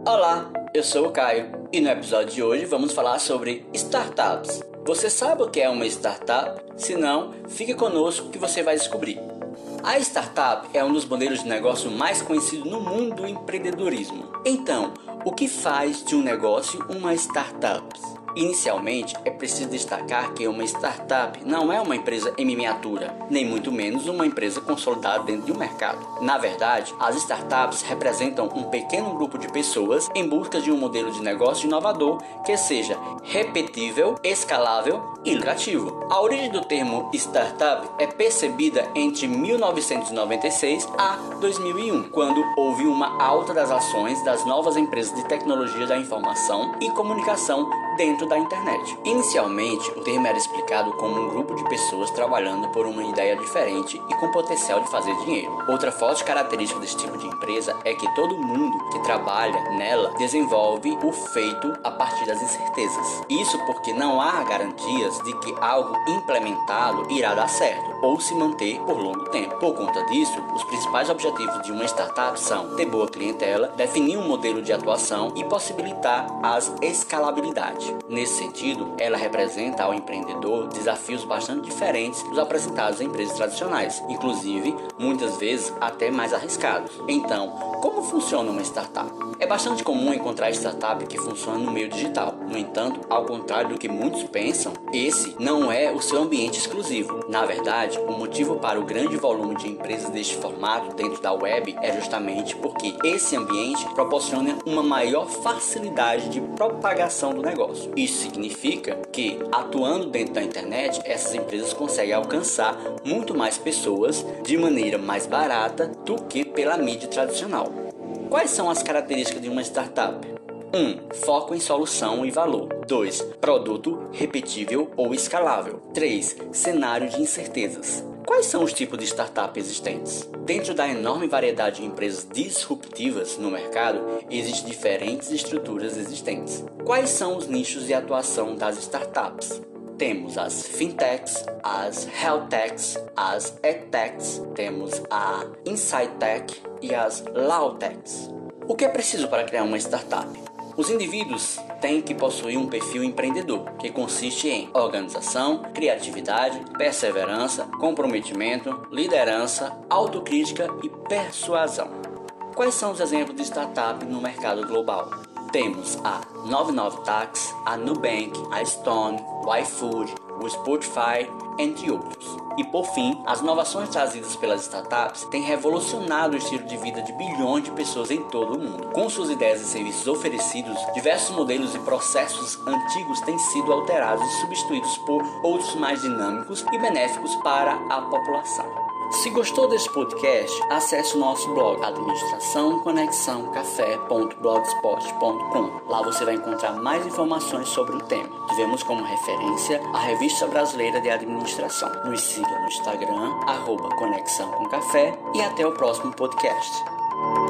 Olá, eu sou o Caio e no episódio de hoje vamos falar sobre startups. Você sabe o que é uma startup? Se não, fique conosco que você vai descobrir. A startup é um dos modelos de negócio mais conhecidos no mundo do empreendedorismo. Então, o que faz de um negócio uma startup? Inicialmente, é preciso destacar que uma startup não é uma empresa em miniatura, nem muito menos uma empresa consolidada dentro de um mercado. Na verdade, as startups representam um pequeno grupo de pessoas em busca de um modelo de negócio inovador que seja repetível, escalável e lucrativo. A origem do termo startup é percebida entre 1996 a 2001, quando houve uma alta das ações das novas empresas de tecnologia da informação e comunicação dentro da internet. Inicialmente, o termo era explicado como um grupo de pessoas trabalhando por uma ideia diferente e com potencial de fazer dinheiro. Outra forte característica desse tipo de empresa é que todo mundo que trabalha nela desenvolve o feito a partir das incertezas. Isso porque não há garantias de que algo implementado irá dar certo ou se manter por longo tempo. Por conta disso, os principais objetivos de uma startup são ter boa clientela, definir um modelo de atuação e possibilitar as escalabilidade. Nesse sentido, ela representa ao empreendedor desafios bastante diferentes dos apresentados em empresas tradicionais, inclusive, muitas vezes, até mais arriscados. Então, como funciona uma startup? É bastante comum encontrar startup que funciona no meio digital. No entanto, ao contrário do que muitos pensam, esse não é o seu ambiente exclusivo. Na verdade, o motivo para o grande volume de empresas deste formato dentro da web é justamente porque esse ambiente proporciona uma maior facilidade de propagação do negócio. Isso significa que, atuando dentro da internet, essas empresas conseguem alcançar muito mais pessoas de maneira mais barata do que pela mídia tradicional. Quais são as características de uma startup? 1. Foco em solução e valor. 2. Produto repetível ou escalável. 3. Cenário de incertezas. Quais são os tipos de startup existentes? Dentro da enorme variedade de empresas disruptivas no mercado, existem diferentes estruturas existentes. Quais são os nichos de atuação das startups? Temos as fintechs, as healthtechs, as edtechs, temos a insidetech e as lautechs. O que é preciso para criar uma startup? Os indivíduos têm que possuir um perfil empreendedor, que consiste em organização, criatividade, perseverança, comprometimento, liderança, autocrítica e persuasão. Quais são os exemplos de startup no mercado global? Temos a 99Tax, a Nubank, a Stone, o iFood, o Spotify, entre outros. E por fim, as inovações trazidas pelas startups têm revolucionado o estilo de vida de bilhões de pessoas em todo o mundo. Com suas ideias e serviços oferecidos, diversos modelos e processos antigos têm sido alterados e substituídos por outros mais dinâmicos e benéficos para a população. Se gostou desse podcast, acesse o nosso blog administraçãoconexãocafé.blogspot.com. Lá você vai encontrar mais informações sobre o tema. Tivemos como referência a Revista Brasileira de Administração. Nos siga no Instagram, @conexãocomcafé, e até o próximo podcast.